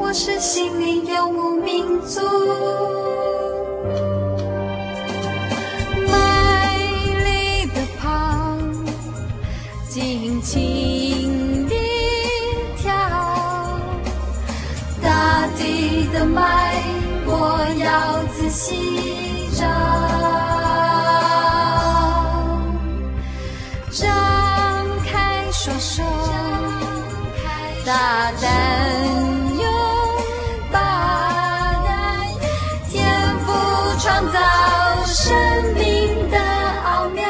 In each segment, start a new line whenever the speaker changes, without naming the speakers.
我是心灵游牧民族。美丽的旁，尽情地跳，大地的脉我要仔细找，张开双手，大胆拥抱，天赋创造生命的奥妙。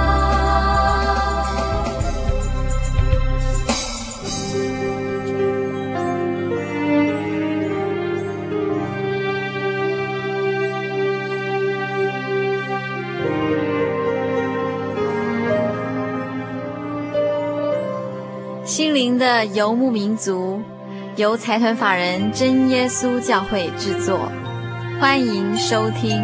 心灵的游牧民族，由财团法人真耶稣教会制作，欢迎收听。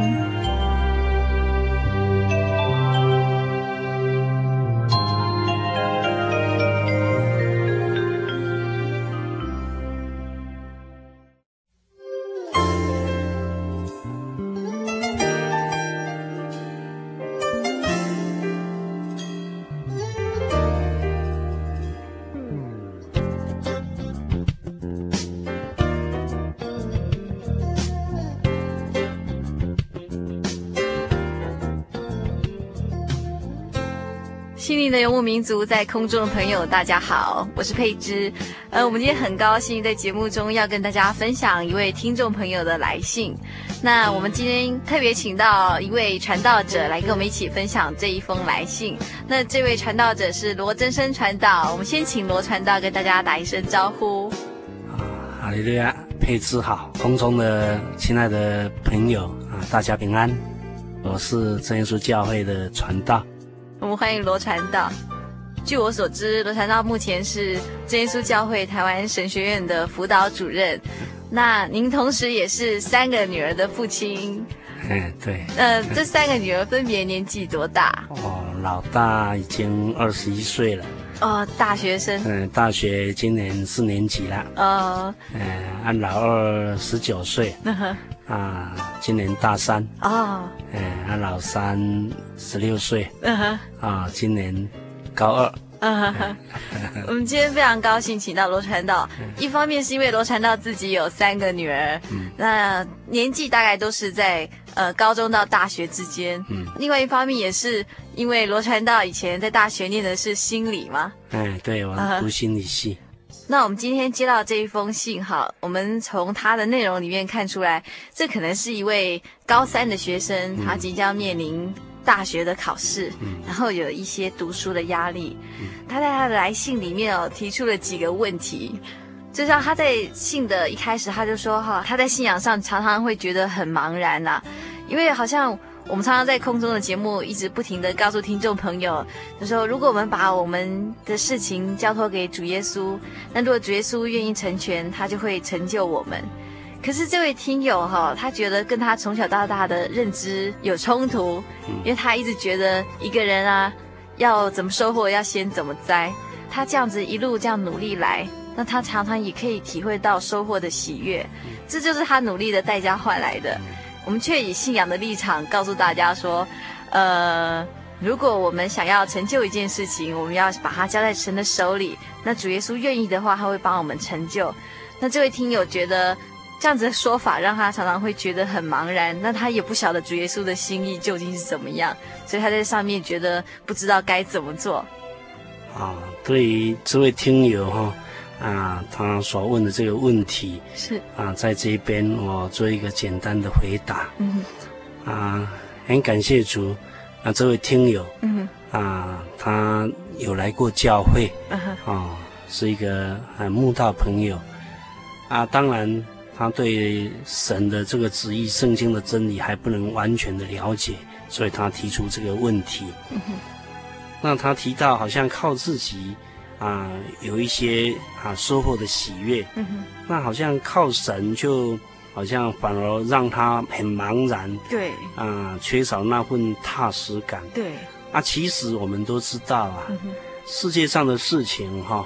心灵的游牧民族，在空中的朋友大家好，我是佩芝。我们今天很高兴在节目中要跟大家分享一位听众朋友的来信。那我们今天特别请到一位传道者来跟我们一起分享这一封来信。那这位传道者是罗真生传道，我们先请罗传道跟大家打一声招呼。
哈利路亚，佩芝好，空中的亲爱的朋友大家平安。我是真耶稣教会的传道。
我们欢迎罗传道。据我所知，罗传道目前是真耶稣教会台湾神学院的辅导主任。那您同时也是3个女儿的父亲。
对。
这3个女儿分别年纪多大？
老大已经21岁了。
大学生。
大学今年4年级了。老二19岁。今年大3。老3 16岁。今年高2。
我们今天非常高兴请到罗传道，一方面是因为罗传道自己有3个女儿，那年纪大概都是在高中到大学之间。另外一方面也是因为罗传道以前在大学念的是心理嘛。
对，我读心理系。
那我们今天接到这一封信我们从他的内容里面看出来，这可能是一位高3的学生，他即将面临大学的考试，然后有一些读书的压力。他在他的来信里面提出了几个问题，就像他在信的一开始他就说他在信仰上常常会觉得很茫然因为好像我们常常在空中的节目一直不停地告诉听众朋友，就说如果我们把我们的事情交托给主耶稣，那如果主耶稣愿意成全，他就会成就我们。可是这位听友他觉得跟他从小到大的认知有冲突，因为他一直觉得一个人要怎么收获要先怎么栽，他这样子一路这样努力来，那他常常也可以体会到收获的喜悦，这就是他努力的代价换来的。我们却以信仰的立场告诉大家说，如果我们想要成就一件事情，我们要把它交在神的手里，那主耶稣愿意的话，他会帮我们成就。那这位听友觉得这样子的说法让他常常会觉得很茫然，那他也不晓得主耶稣的心意究竟是怎么样，所以他在上面觉得不知道该怎么做。
对于这位听友他所问的这个问题
是
在这边我做一个简单的回答。很感谢主这位听友他有来过教会是一个慕道朋友当然他对神的这个旨意圣经的真理还不能完全的了解，所以他提出这个问题。那他提到好像靠自己有一些收获的喜悦，那好像靠神就好像反而让他很茫然，
对
缺少那份踏实感。
对
其实我们都知道世界上的事情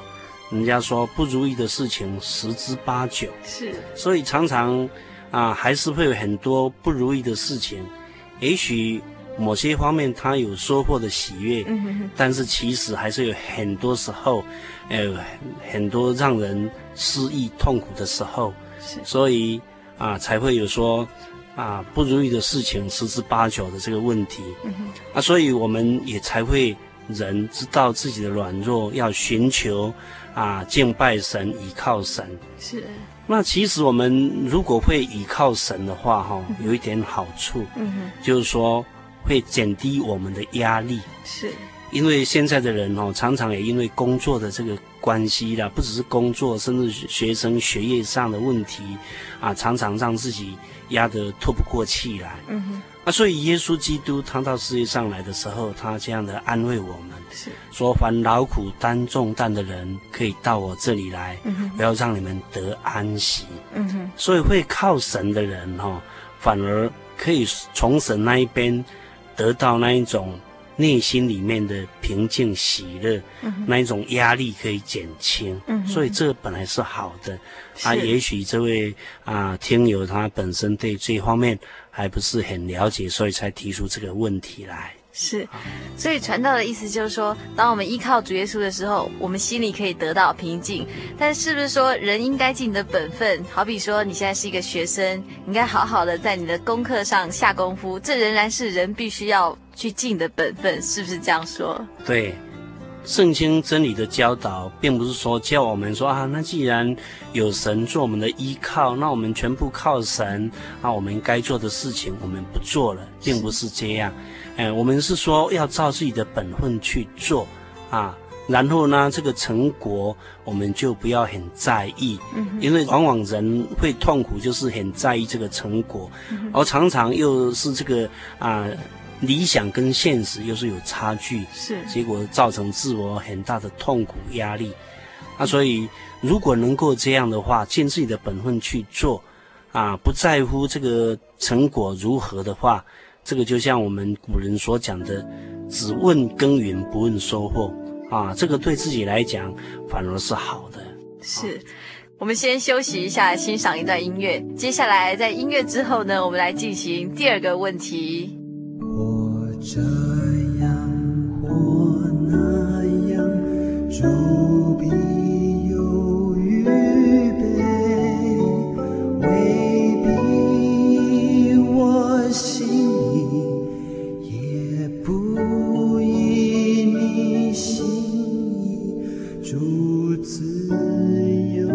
人家说不如意的事情十之八九，
是，
所以常常还是会有很多不如意的事情。也许某些方面他有收获的喜悦，但是其实还是有很多时候，很多让人失意痛苦的时候，所以才会有说不如意的事情十之八九的这个问题。所以我们也才会人知道自己的软弱，要寻求敬拜神，倚靠神。
是。
那其实我们如果会倚靠神的话，有一点好处，就是说会减低我们的压力。
是。
因为现在的人常常也因为工作的这个关系啦，不只是工作，甚至学生学业上的问题常常让自己压得透不过气来。所以耶稣基督他到世界上来的时候，他这样的安慰我们，说凡劳苦担重担的人可以到我这里来，不要让你们得安息。所以会靠神的人反而可以从神那一边得到那一种内心里面的平静喜乐，那一种压力可以减轻。所以这本来是好的。也许这位听友他本身对这方面还不是很了解，所以才提出这个问题来。
是，所以传道的意思就是说，当我们依靠主耶稣的时候，我们心里可以得到平静。但是不是说人应该尽你的本分？好比说你现在是一个学生，你应该好好的在你的功课上下功夫，这仍然是人必须要去尽的本分，是不是这样说？
对，圣经真理的教导并不是说叫我们说那既然有神做我们的依靠，那我们全部靠神，我们该做的事情我们不做了，并不是这样。我们是说要照自己的本分去做然后呢这个成果我们就不要很在意，因为往往人会痛苦就是很在意这个成果，而常常又是这个理想跟现实又是有差距，结果造成自我很大的痛苦压力。所以如果能够这样的话，尽自己的本分去做不在乎这个成果如何的话，这个就像我们古人所讲的，只问耕耘不问收获这个对自己来讲反而是好的。
是。我们先休息一下，欣赏一段音乐，接下来在音乐之后呢，我们来进行第二个问题。
或这样或那样，主必有预备，未必我心意，也不依你心意，主自有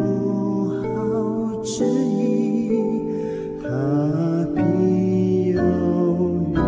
好旨意，他必有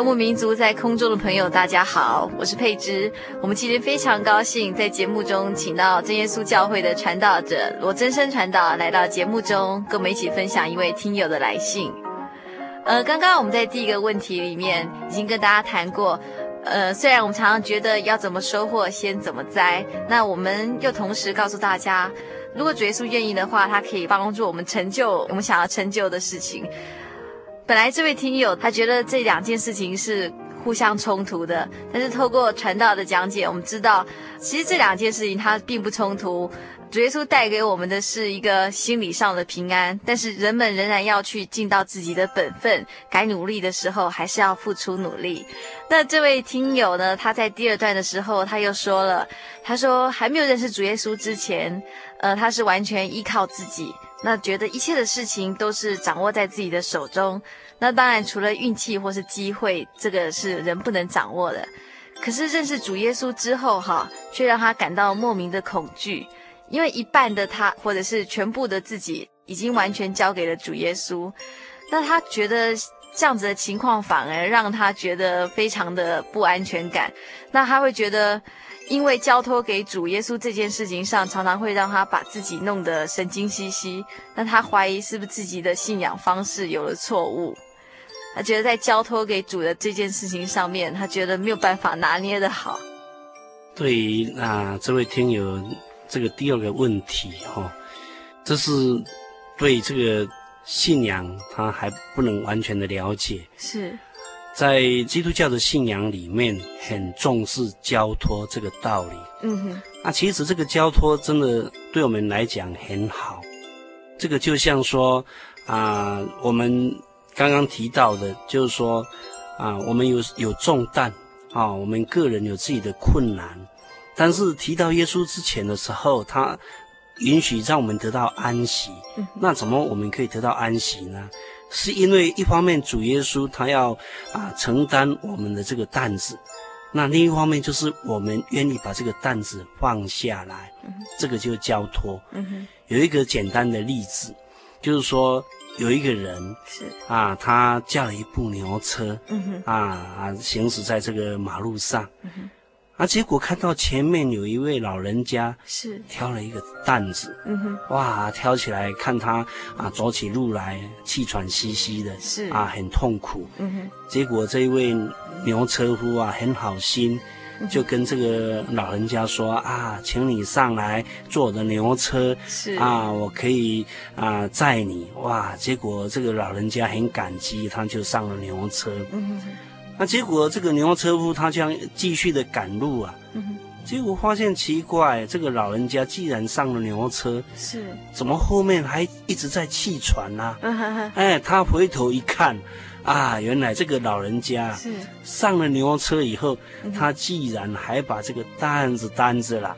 游牧民族在空中的朋友大家好，我是佩芝。我们今天非常高兴在节目中请到真耶稣教会的传道者罗真生传道来到节目中，跟我们一起分享一位听友的来信。刚刚我们在第一个问题里面已经跟大家谈过，虽然我们常常觉得要怎么收获先怎么栽，那我们又同时告诉大家，如果主耶稣愿意的话，他可以帮助我们成就我们想要成就的事情。本来这位听友他觉得这两件事情是互相冲突的，但是透过传道的讲解，我们知道其实这两件事情它并不冲突。主耶稣带给我们的是一个心理上的平安，但是人们仍然要去尽到自己的本分，该努力的时候还是要付出努力。那这位听友呢，他在第二段的时候他又说了，他说还没有认识主耶稣之前，他是完全依靠自己，那觉得一切的事情都是掌握在自己的手中，那当然除了运气或是机会，这个是人不能掌握的。可是认识主耶稣之后却让他感到莫名的恐惧，因为一半的他或者是全部的自己已经完全交给了主耶稣，那他觉得这样子的情况反而让他觉得非常的不安全感。那他会觉得因为交托给主耶稣这件事情上，常常会让他把自己弄得神经兮兮，那他怀疑是不是自己的信仰方式有了错误。他觉得在交托给主的这件事情上面，他觉得没有办法拿捏得好。
对于这位听友这个第二个问题这是对这个信仰他还不能完全的了解。
是
在基督教的信仰里面很重视交托这个道理。其实这个交托真的对我们来讲很好。这个就像说我们刚刚提到的，就是说我们有重担我们个人有自己的困难，但是提到耶稣之前的时候，他允许让我们得到安息。那怎么我们可以得到安息呢？是因为一方面主耶稣他要承担我们的这个担子，那另一方面就是我们愿意把这个担子放下来，这个就是交托。有一个简单的例子，就是说有一个人
是
他驾了一部牛车行驶在这个马路上，结果看到前面有一位老人家是挑了一个担子，哇，挑起来看他走起路来气喘吁吁的，是很痛苦。结果这一位牛车夫很好心，就跟这个老人家说请你上来坐我的牛车，是我可以载你。哇，结果这个老人家很感激，他就上了牛车。那结果这个牛车夫他这样继续的赶路结果发现奇怪，这个老人家既然上了牛车，是怎么后面还一直在气喘他回头一看原来这个老人家是上了牛车以后，他既然还把这个担子担着了。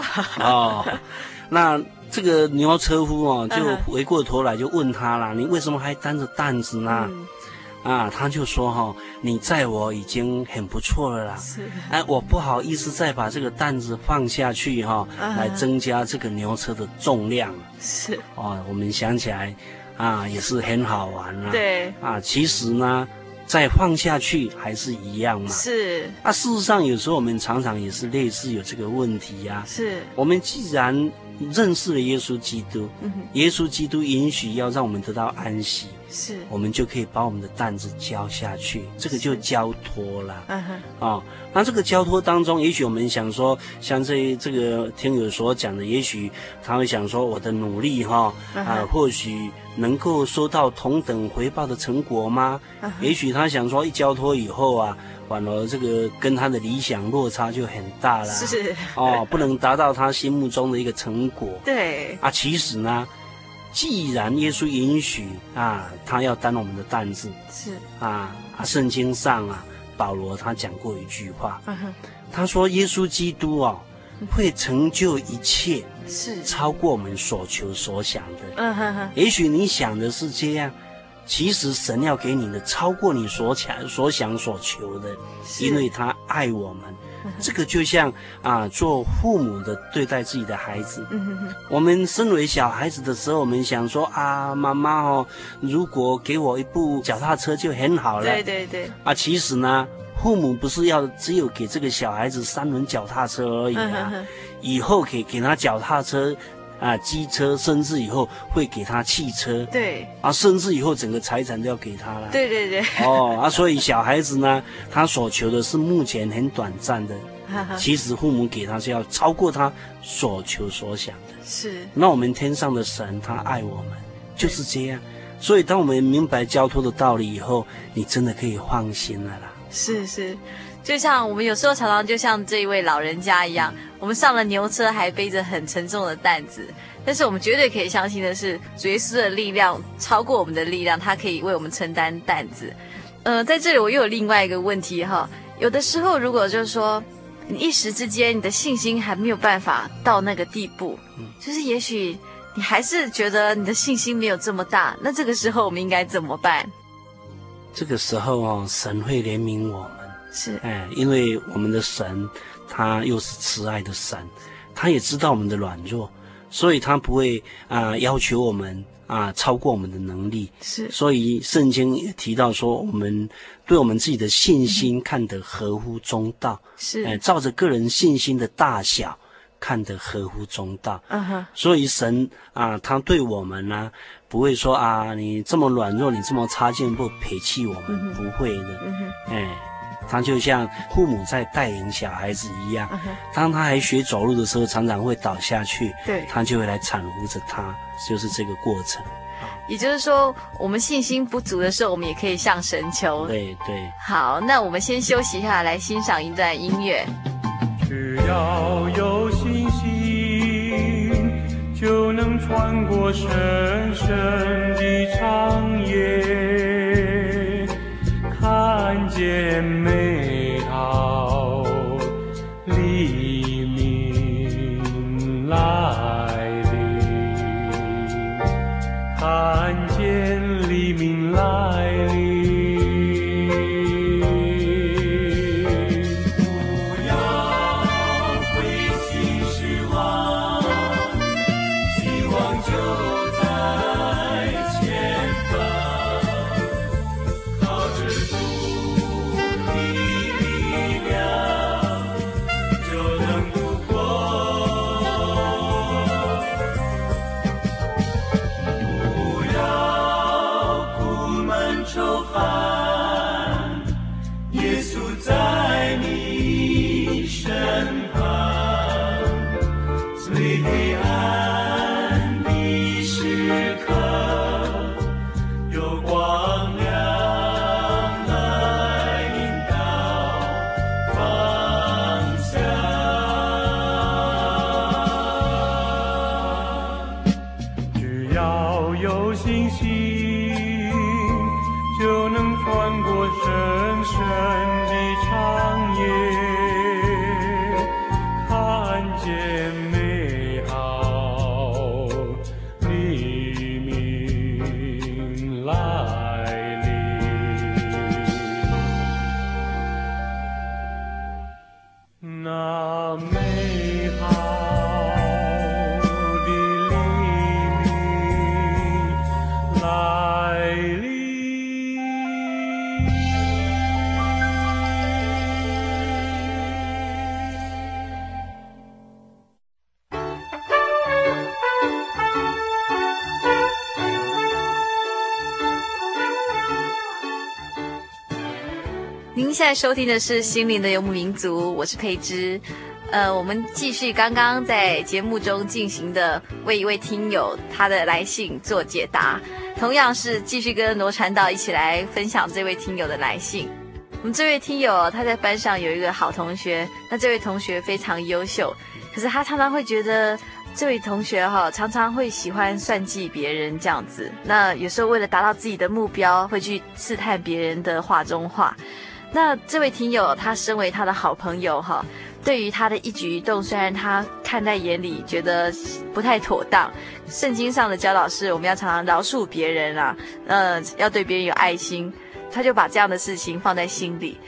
那这个牛车夫就回过头来就问他了，你为什么还担着担子呢？他就说你载我已经很不错了啦，我不好意思再把这个担子放下去来增加这个牛车的重量。是我们想起来也是很好玩对其实呢再放下去还是一样嘛。是事实上有时候我们常常也是类似有这个问题是我们既然认识了耶稣基督，耶稣基督允许要让我们得到安息，是我们就可以把我们的担子交下去，这个就交托了。那这个交托当中，也许我们想说，像这个听友所讲的，也许他会想说，我的努力或许能够收到同等回报的成果吗？也许他想说，一交托以后反而这个跟他的理想落差就很大了，是不能达到他心目中的一个成果。对其实呢，既然耶稣允许他要担我们的担子，是圣经上保罗他讲过一句话，他说耶稣基督会成就一切，是超过我们所求所想的。也许你想的是这样，其实神要给你的超过你所想所求的，因为他爱我们， 这个就像做父母的对待自己的孩子。我们身为小孩子的时候，我们想说妈妈如果给我一部脚踏车就很好了。
对对对。
其实呢，父母不是要只有给这个小孩子3轮脚踏车而已以后可以给他脚踏车机车，甚至以后会给他汽车。
对。
甚至以后整个财产都要给他了。
对对对。
所以小孩子呢，他所求的是目前很短暂的，其实父母给他是要超过他所求所想的。
是。那
我们天上的神他爱我们，就是这样。所以当我们明白交托的道理以后，你真的可以放心了啦。
是是。就像我们有时候常常就像这一位老人家一样，我们上了牛车还背着很沉重的担子，但是我们绝对可以相信的是，主耶稣的力量超过我们的力量，他可以为我们承担担子。在这里我又有另外一个问题有的时候如果就是说你一时之间你的信心还没有办法到那个地步，就是也许你还是觉得你的信心没有这么大，那这个时候我们应该怎么办？
这个时候神会怜悯我们。
是。
因为我们的神他又是慈爱的神，他也知道我们的软弱，所以他不会要求我们超过我们的能力。
是。所
以圣经也提到说，我们对我们自己的信心看得合乎中道。
是。
照着个人信心的大小看得合乎中道。所以神他对我们呢不会说你这么软弱，你这么差劲，不撇弃我们，不会的。他就像父母在带领小孩子一样，当他还学走路的时候，常常会倒下去，
对，
他就会来搀扶着他，就是这个过程。
也就是说，我们信心不足的时候，我们也可以向神求。
对对。
好，那我们先休息一下，来欣赏一段音乐。
只要有信心，就能穿过深深的长夜，看见美好黎明来临，看见黎明来临。不要灰心失望，希望就在前方，靠着主的力量就能度过。不要苦闷愁烦，耶稣在你身旁，最黑暗的时刻有光亮来引导方向。只要有信心，就能穿过深深的长夜，看见美好黎明来临。那美好的黎明来临。
您现在收听的是心灵的游牧民族，我是佩芝。我们继续刚刚在节目中进行的为一位听友他的来信做解答，同样是继续跟罗传道一起来分享这位听友的来信。我们这位听友他在班上有一个好同学，那这位同学非常优秀，可是他常常会觉得这位同学常常会喜欢算计别人这样子，那有时候为了达到自己的目标会去刺探别人的话中话。那这位听友他身为他的好朋友对于他的一举一动，虽然他看在眼里觉得不太妥当，圣经上的教导是我们要常常饶恕别人要对别人有爱心，他就把这样的事情放在心里。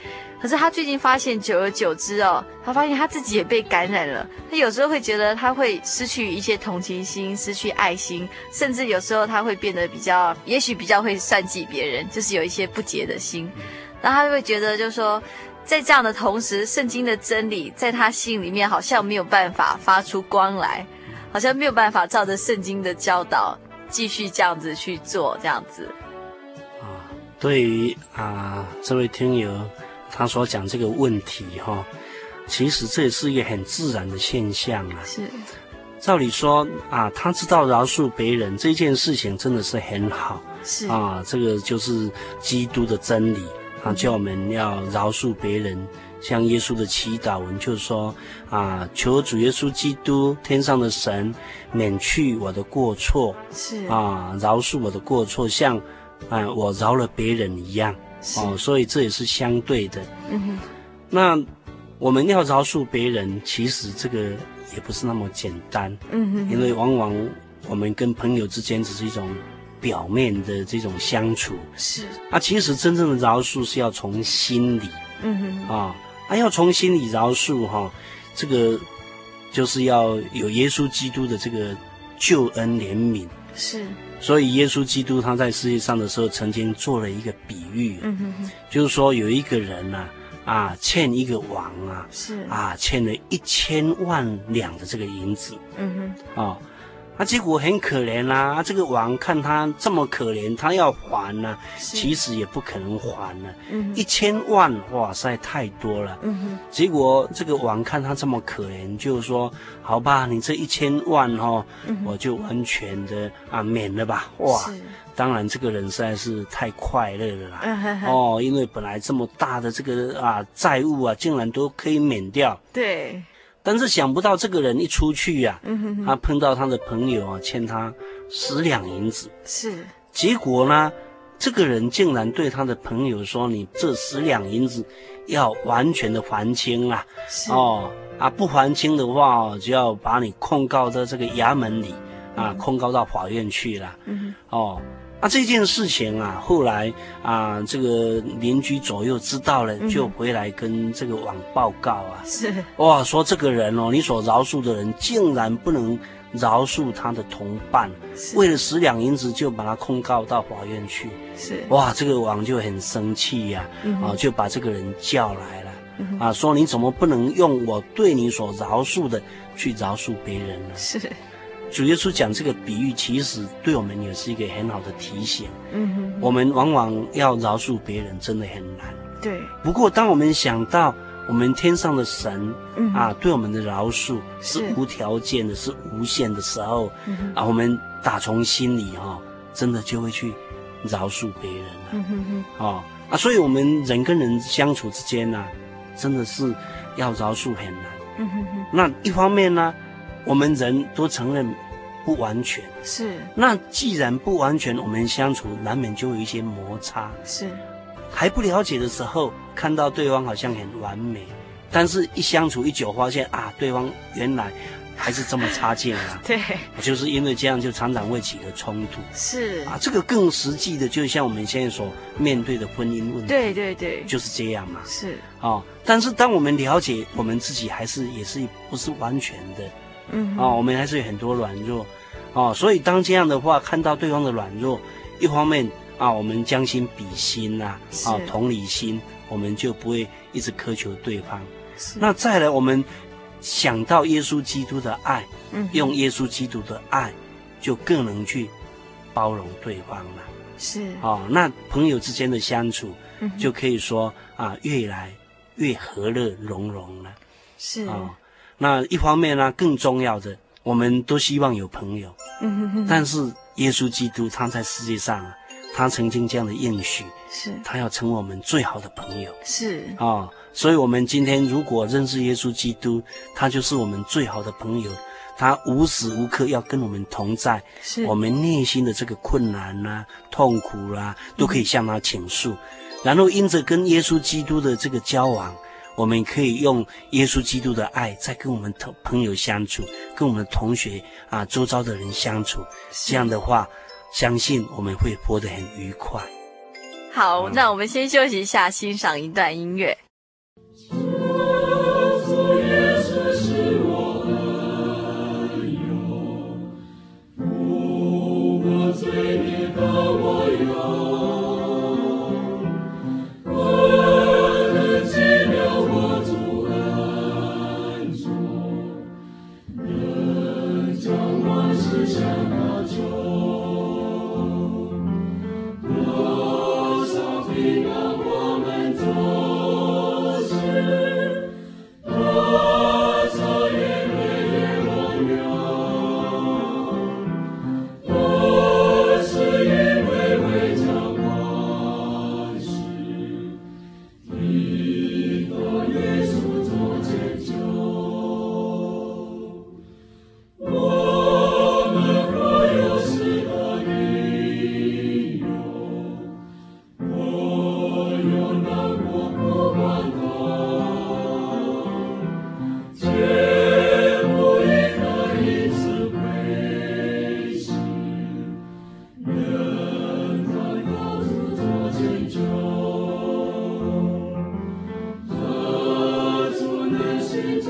可是他最近发现，久而久之哦，他发现他自己也被感染了。他有时候会觉得他会失去一些同情心，失去爱心，甚至有时候他会变得也许比较会算计别人，就是有一些不洁的心。然后他会觉得，就是说，在这样的同时，圣经的真理在他心里面好像没有办法发出光来，好像没有办法照着圣经的教导继续这样子去做，这样子。
对于这位听友他所讲这个问题其实这也是一个很自然的现象啊。
是，
照理说他知道饶恕别人这件事情真的是很好。
是
这个就是基督的真理。叫我们要饶恕别人，像耶稣的祈祷文就是说求主耶稣基督天上的神免去我的过错，
是
饶恕我的过错，像我饶了别人一样。所以这也是相对的。那我们要饶恕别人，其实这个也不是那么简单。因为往往我们跟朋友之间只是一种表面的这种相处。
是
其实真正的饶恕是要从心里。要从心里饶恕这个就是要有耶稣基督的这个救恩怜悯。
是，
所以耶稣基督他在世界上的时候曾经做了一个比喻。就是说有一个人欠一个王
是
欠了1000万两的这个银子。结果很可怜这个王看他这么可怜，他要还其实也不可能还了。1000万哇，实在太多了。结果这个王看他这么可怜，就说好吧，你这1000万我就完全的免了吧。哇，当然这个人实在是太快乐了啦。因为本来这么大的这个债务竟然都可以免掉。
对。
但是想不到这个人一出去他碰到他的朋友欠他10两银子。
是，
结果呢，这个人竟然对他的朋友说：“你这10两银子要完全的还清啊！不还清的话，就要把你控告到这个衙门里控告到法院去了。”这件事情后来这个邻居左右知道了，就回来跟这个王报告
是
哇，说这个人你所饶恕的人竟然不能饶恕他的同伴，为了10两银子就把他控告到法院去。
是
哇，这个王就很生气就把这个人叫来了说你怎么不能用我对你所饶恕的去饶恕别人呢？
是。
主耶稣讲这个比喻，其实对我们也是一个很好的提醒。我们往往要饶恕别人，真的很难。
对。不
过，当我们想到我们天上的神对我们的饶恕是无条件的，是无限的时候我们打从心里真的就会去饶恕别人了。所以我们人跟人相处之间真的是要饶恕很难。那一方面呢，我们人都承认不完全。
是。
那既然不完全，我们相处难免就有一些摩擦。
是。
还不了解的时候，看到对方好像很完美，但是一相处一久，发现对方原来还是这么差劲
对。
就是因为这样，就常常会起了冲突。
是。
这个更实际的，就像我们现在所面对的婚姻问题。
对对对。
就是这样嘛。
是。
但是当我们了解我们自己也是不是完全的。我们还是有很多软弱所以当这样的话，看到对方的软弱，一方面我们将心比心同理心，我们就不会一直苛求对方。那再来，我们想到耶稣基督的爱，用耶稣基督的爱，就更能去包容对方了。
是
那朋友之间的相处，就可以说越来越和乐融融了。
是
那一方面呢，更重要的，我们都希望有朋友。但是耶稣基督他在世界上他曾经这样的应许，
是
他要成为我们最好的朋友。
是
所以我们今天如果认识耶稣基督，他就是我们最好的朋友，他无时无刻要跟我们同在。是我们内心的这个困难痛苦都可以向他倾诉。然后因着跟耶稣基督的这个交往，我们可以用耶稣基督的爱在跟我们朋友相处，跟我们的同学周遭的人相处。这样的话，相信我们会活得很愉快。
好，那我们先休息一下，欣赏一段音乐。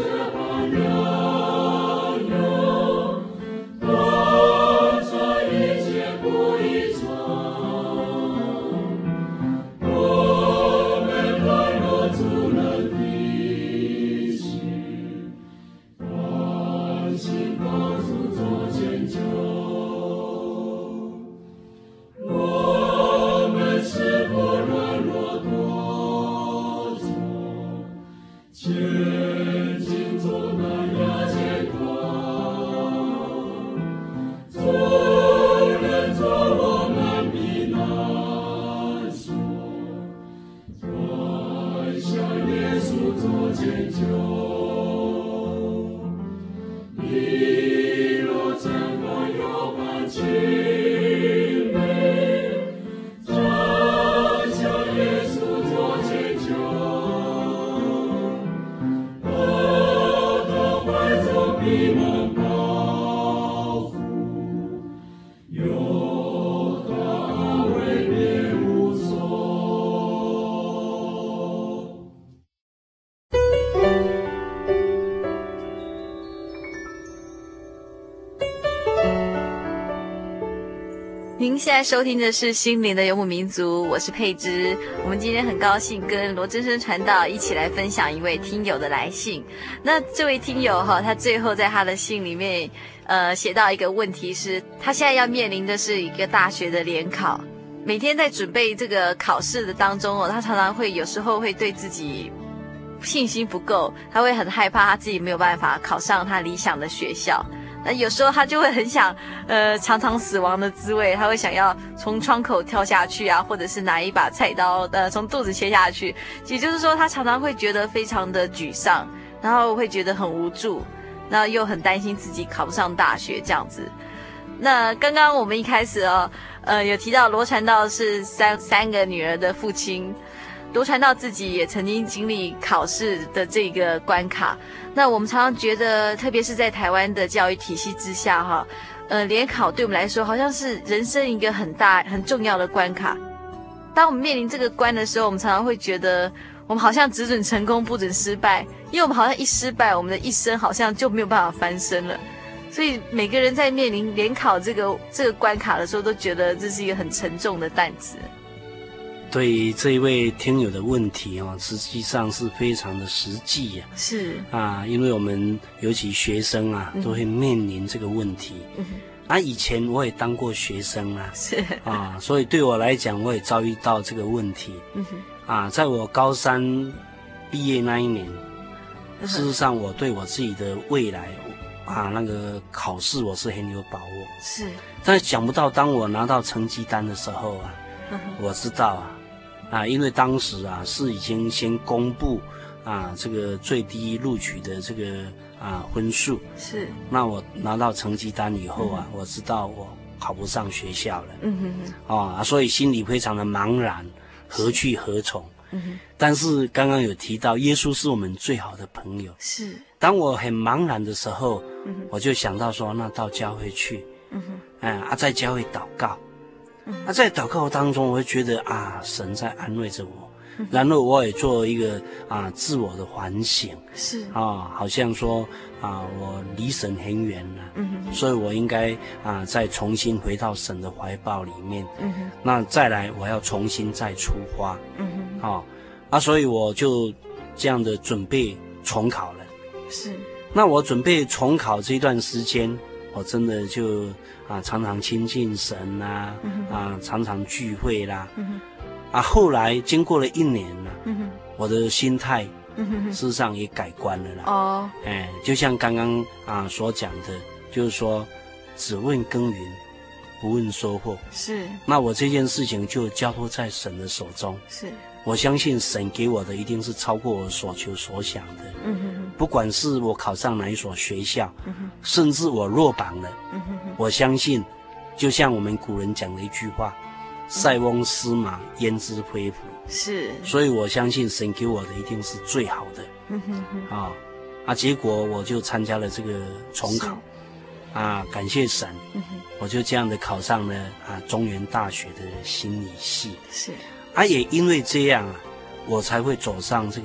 您现在收听的是心灵的游牧民族，我是佩芝。我们今天很高兴跟罗真生传道一起来分享一位听友的来信。那这位听友他最后在他的信里面写到一个问题是，他现在要面临的是一个大学的联考，每天在准备这个考试的当中他常常会有时候会对自己信心不够，他会很害怕他自己没有办法考上他理想的学校。那有时候他就会很想尝尝死亡的滋味，他会想要从窗口跳下去啊，或者是拿一把菜刀从肚子切下去。也就是说他常常会觉得非常的沮丧，然后会觉得很无助，然后又很担心自己考不上大学这样子。那刚刚我们一开始有提到罗传道是三个女儿的父亲，罗传道自己也曾经经历考试的这个关卡。那我们常常觉得，特别是在台湾的教育体系之下联考对我们来说好像是人生一个很大很重要的关卡。当我们面临这个关的时候，我们常常会觉得我们好像只准成功不准失败，因为我们好像一失败，我们的一生好像就没有办法翻身了。所以每个人在面临联考这个关卡的时候，都觉得这是一个很沉重的担子。
对于这一位听友的问题实际上是非常的实际呀。
是
因为我们尤其学生都会面临这个问题。以前我也当过学生
是
所以对我来讲，我也遭遇到这个问题。在我高三毕业那一年，事实上我对我自己的未来那个考试我是很有把握。
是，
但是想不到当我拿到成绩单的时候我知道因为当时是已经先公布这个最低录取的这个分数。
是，
那我拿到成绩单以后我知道我考不上学校了。所以心里非常的茫然，何去何从。但是刚刚有提到耶稣是我们最好的朋友。
是，
当我很茫然的时候我就想到说，那到教会去在教会祷告。在祷告当中我会觉得神在安慰着我。然后我也做一个自我的反省。
是
好像说我离神很远了。所以我应该再重新回到神的怀抱里面。那再来我要重新再出发。所以我就这样的准备重考了。
是，
那我准备重考这段时间，我真的就常常亲近神常常聚会啦。后来经过了1年我的心态事实上也改观了啦。就像刚刚所讲的，就是说只问耕耘不问收获。
是，
那我这件事情就交托在神的手中。
是，
我相信神给我的一定是超过我所求所想的。不管是我考上哪一所学校，甚至我落榜了，我相信就像我们古人讲的一句话，塞翁失马焉知非福。
是，
所以我相信神给我的一定是最好的。结果我就参加了这个重考。感谢神。我就这样的考上了中原大学的心理系。
是，
也因为这样我才会走上这个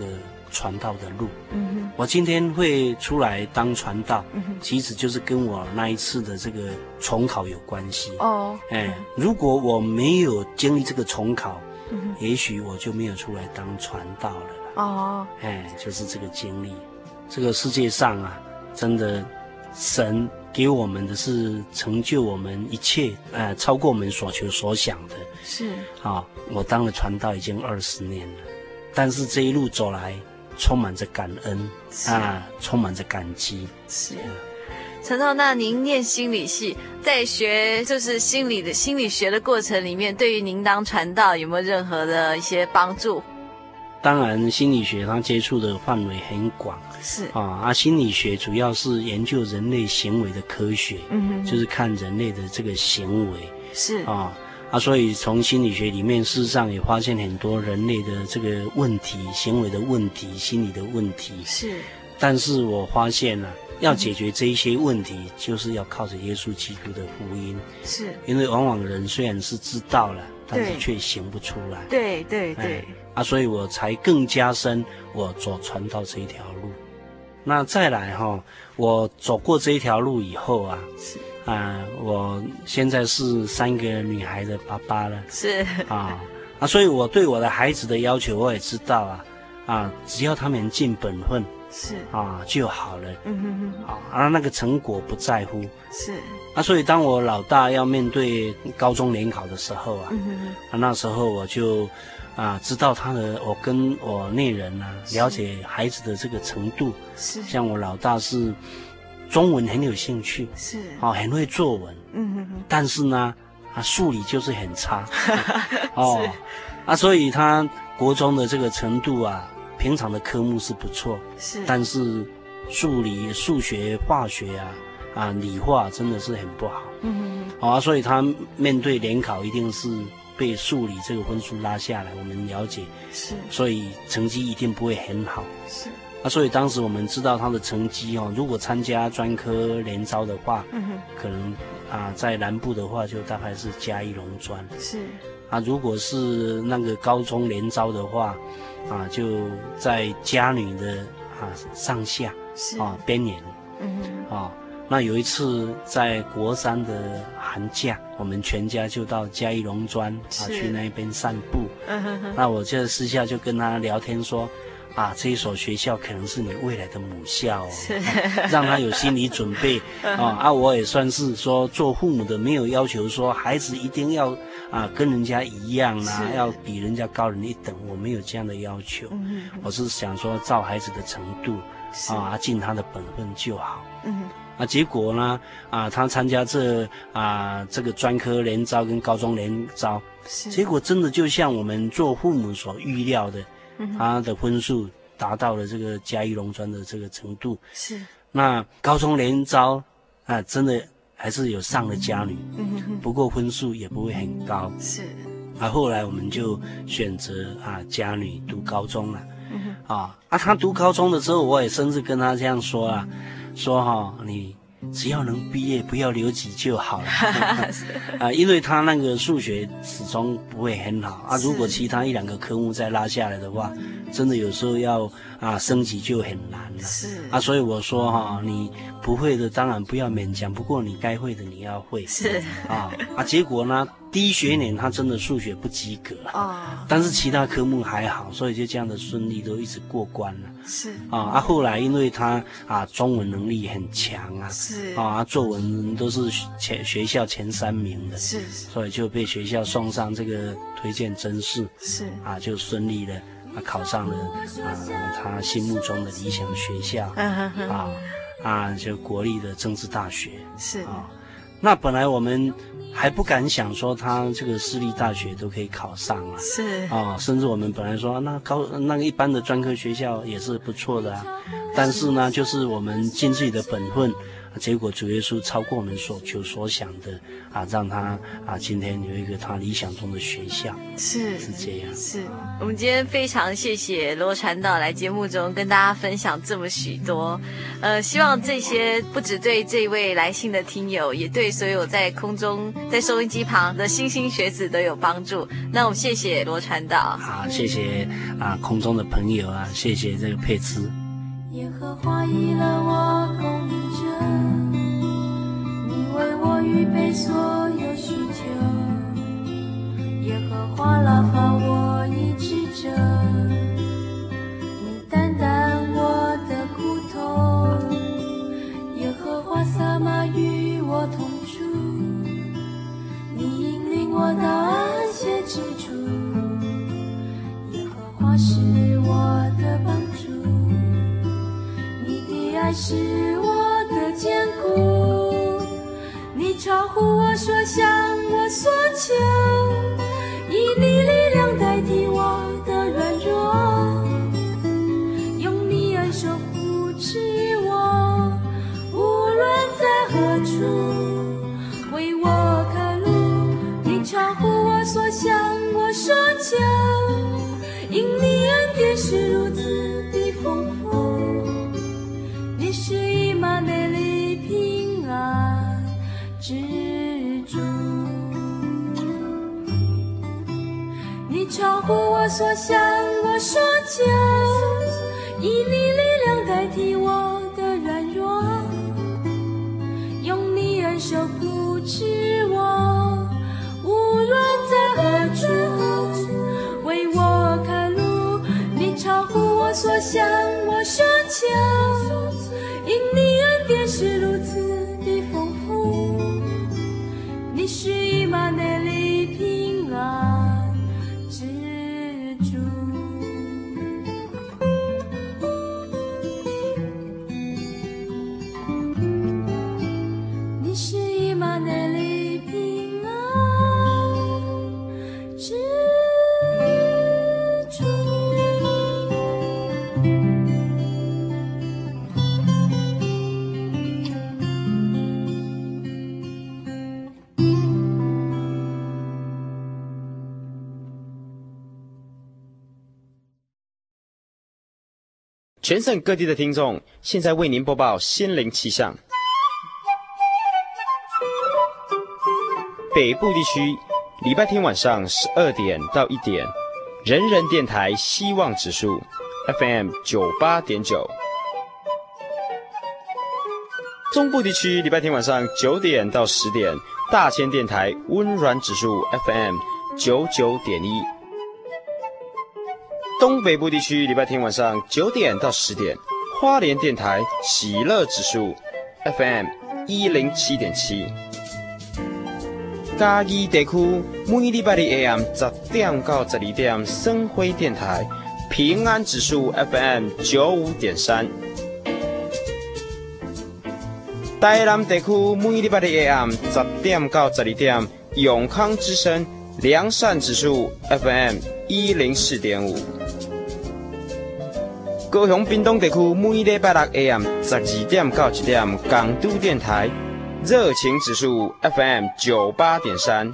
传道的路。我今天会出来当传道，其实就是跟我那一次的这个重考有关系。如果我没有经历这个重考，也许我就没有出来当传道了啦。就是这个经历。这个世界上啊，真的神给我们的是成就我们一切，超过我们所求所想的。
是
我当了传道已经20年了，但是这一路走来，充满着感恩充满着感激。
是。陈道，那您念心理系，在学就是心理学的过程里面，对于您当传道有没有任何的一些帮助？
当然，心理学它接触的范围很广，
是
心理学主要是研究人类行为的科学，就是看人类的这个行为，
是
所以从心理学里面，事实上也发现很多人类的这个问题、行为的问题、心理的问题，
是。
但是我发现要解决这一些问题，就是要靠着耶稣基督的福音，
是
因为往往人虽然是知道了，但是却行不出来。
对，
所以我才更加深我走传道这一条路。那再来我走过这一条路以后
是
我现在是3个女孩的爸爸了，是所以我对我的孩子的要求我也知道只要他们尽本分
是
就好了，那个成果不在乎，
是
所以当我老大要面对高中联考的时候那时候我就知道我跟我内人了解孩子的这个程度，
是
像我老大是中文很有兴趣，
是
很会作文，但是呢数理就是很差所以他国中的这个程度平常的科目是不错，
是，但
是数理、数学、化学理化真的是很不好，所以他面对联考一定是被数理这个分数拉下来，我们了解，
是，
所以成绩一定不会很好，
是。
所以当时我们知道他的成绩如果参加专科联招的话，可能在南部的话就大概是嘉义农专，
是
如果是那个高中联招的话就在嘉女的上下
是
边缘，那有一次在国3的寒假，我们全家就到嘉义农专去那边散步，那我就私下就跟他聊天说这一所学校可能是你未来的母校让他有心理准备我也算是说做父母的没有要求说孩子一定要跟人家一样要比人家高人一等，我没有这样的要求，我是想说照孩子的程度尽他的本分就好，结果呢他参加这个专科联招跟高中联招，结果真的就像我们做父母所预料的，他的分数达到了这个嘉义农专的这个程度，
是。
那高中联招真的还是有上了嘉女，不过分数也不会很高，
是。
后来我们就选择嘉女读高中了，他读高中的时候，我也甚至跟他这样说说你只要能毕业，不要留级就好了因为他那个数学始终不会很好如果其他1、2个科目再拉下来的话，真的有时候要升级就很难了，
是
所以我说你不会的当然不要勉强，不过你该会的你要会，
是
结果呢第1学年他真的数学不及格但是其他科目还好，所以就这样的顺利都一直过关了，
是
后来因为他中文能力很强
是
作文都是学校前3名的，
是，
所以就被学校送上这个推荐甄试，
是
就顺利的考上了他心目中的理想学校就国立的政治大学，是那本来我们还不敢想说他这个私立大学都可以考上
是
甚至我们本来说那个一般的专科学校也是不错的但是呢就是我们尽自己的本分， 结果主耶稣超过我们所求所想的让他今天有一个他理想中的学校，是这样。
是我们今天非常谢谢罗传道来节目中跟大家分享这么许多，希望这些不只对这位来信的听友，也对所有在空中在收音机旁的莘莘学子都有帮助。那我们谢谢罗传道，
好，谢谢空中的朋友谢谢这个佩芝。
耶和华以了我供应者，你为我预备所有需求。耶和华拉法我医治者，你担当我的苦痛。耶和华撒玛与我同住，你引领我到安歇之处。耶和华是我的帮助，你的爱是我的坚固，你超乎我所想我所求，以你力量代替我的软弱，用你恩手扶持我，无论在何处，为我开路，你超乎我所想我所求，因你恩典是如此的丰富，你是以马内利平安之主，你超乎我所想我所求，以你力量代替我的软弱，用你恩手扶持我，无论在何处，为我开路，你超乎我所想我所求，因你恩典是如此的丰富，你是以马内利平安之主。你是以马内利平安之主。
全省各地的听众，现在为您播报心灵气象。北部地区礼拜天晚上12点到1点，人人电台希望指数 FM 98.9。中部地区礼拜天晚上9点到10点，大千电台温软指数 FM 99.1。东北部地区礼拜天晚上9点到10点，花莲电台喜乐指数 FM 107.7。嘉義地區每禮拜日 AM 10點到12點，生輝電台平安指數 FM 95.3。台南地區每禮拜日 AM 10點到12點，永康之聲良善指數 FM 104.5。高雄屏東地區每禮拜六 AM 12點到1點，港都電台熱情指數 FM 98.3。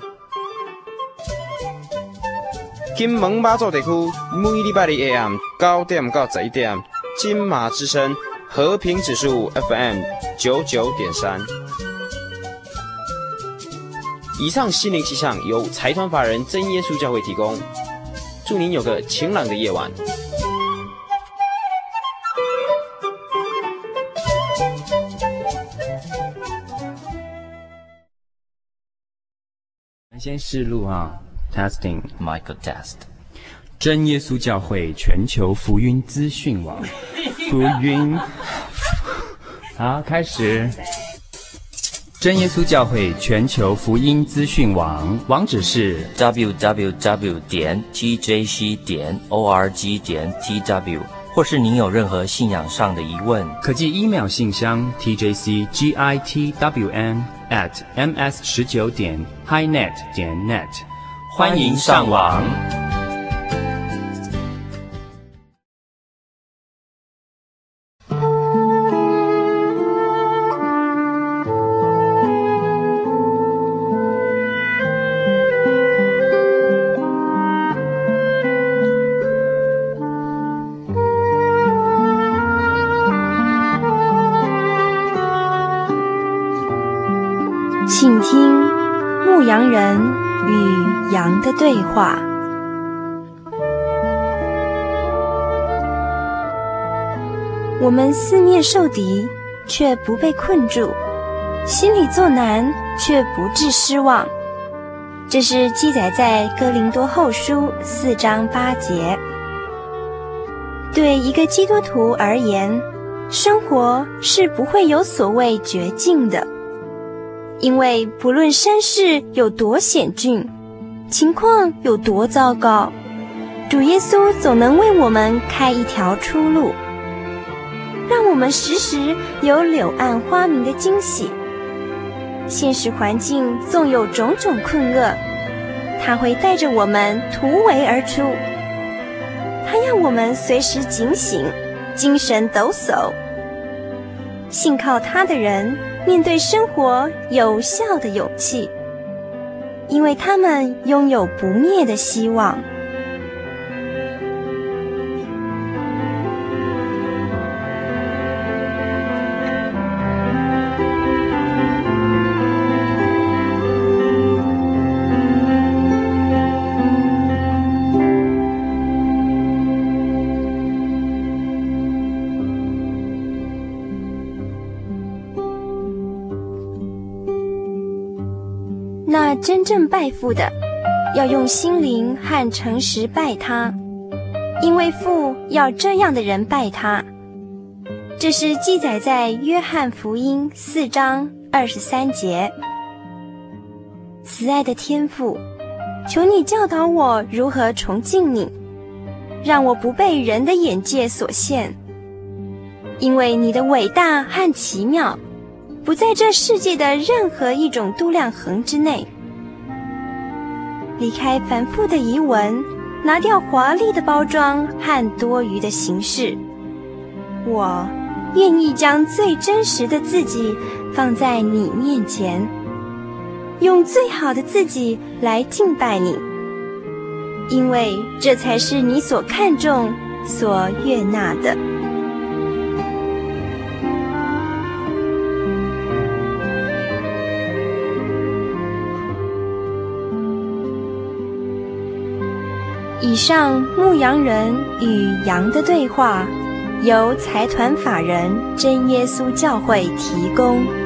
金門馬祖地區每禮拜日 AM 9點到11點，金馬之聲和平指數 FM 99.3。以上心靈氣象由財團法人真耶穌教會提供，祝您有個晴朗的夜晚。
先试录，testing
Michael Test。
真耶稣教会全球福音资讯网，福音，好，开始。真耶稣教会全球福音资讯网网址是
www.tjc.org.tw， 或是您有任何信仰上的疑问，
可寄 email 信箱 tjcgitwn@ms19.highnet.net， 欢迎上网。
请听牧羊人与羊的对话。我们四面受敌，却不被困住；心里作难，却不致失望。这是记载在哥林多后书4章8节。对一个基督徒而言，生活是不会有所谓绝境的，因为不论山势有多险峻，情况有多糟糕，主耶稣总能为我们开一条出路，让我们时时有柳暗花明的惊喜。现实环境纵有种种困厄，他会带着我们突围而出，他要我们随时警醒，精神抖擞。信靠他的人面对生活有效的勇气，因为他们拥有不灭的希望。那真正拜父的，要用心灵和诚实拜他，因为父要这样的人拜他。这是记载在约翰福音4章23节。慈爱的天父，求你教导我如何崇敬你，让我不被人的眼界所限，因为你的伟大和奇妙不在这世界的任何一种度量衡之内。离开繁复的仪文，拿掉华丽的包装和多余的形式，我愿意将最真实的自己放在你面前，用最好的自己来敬拜你，因为这才是你所看重、所悦纳的。以上牧羊人与羊的对话，由财团法人真耶稣教会提供。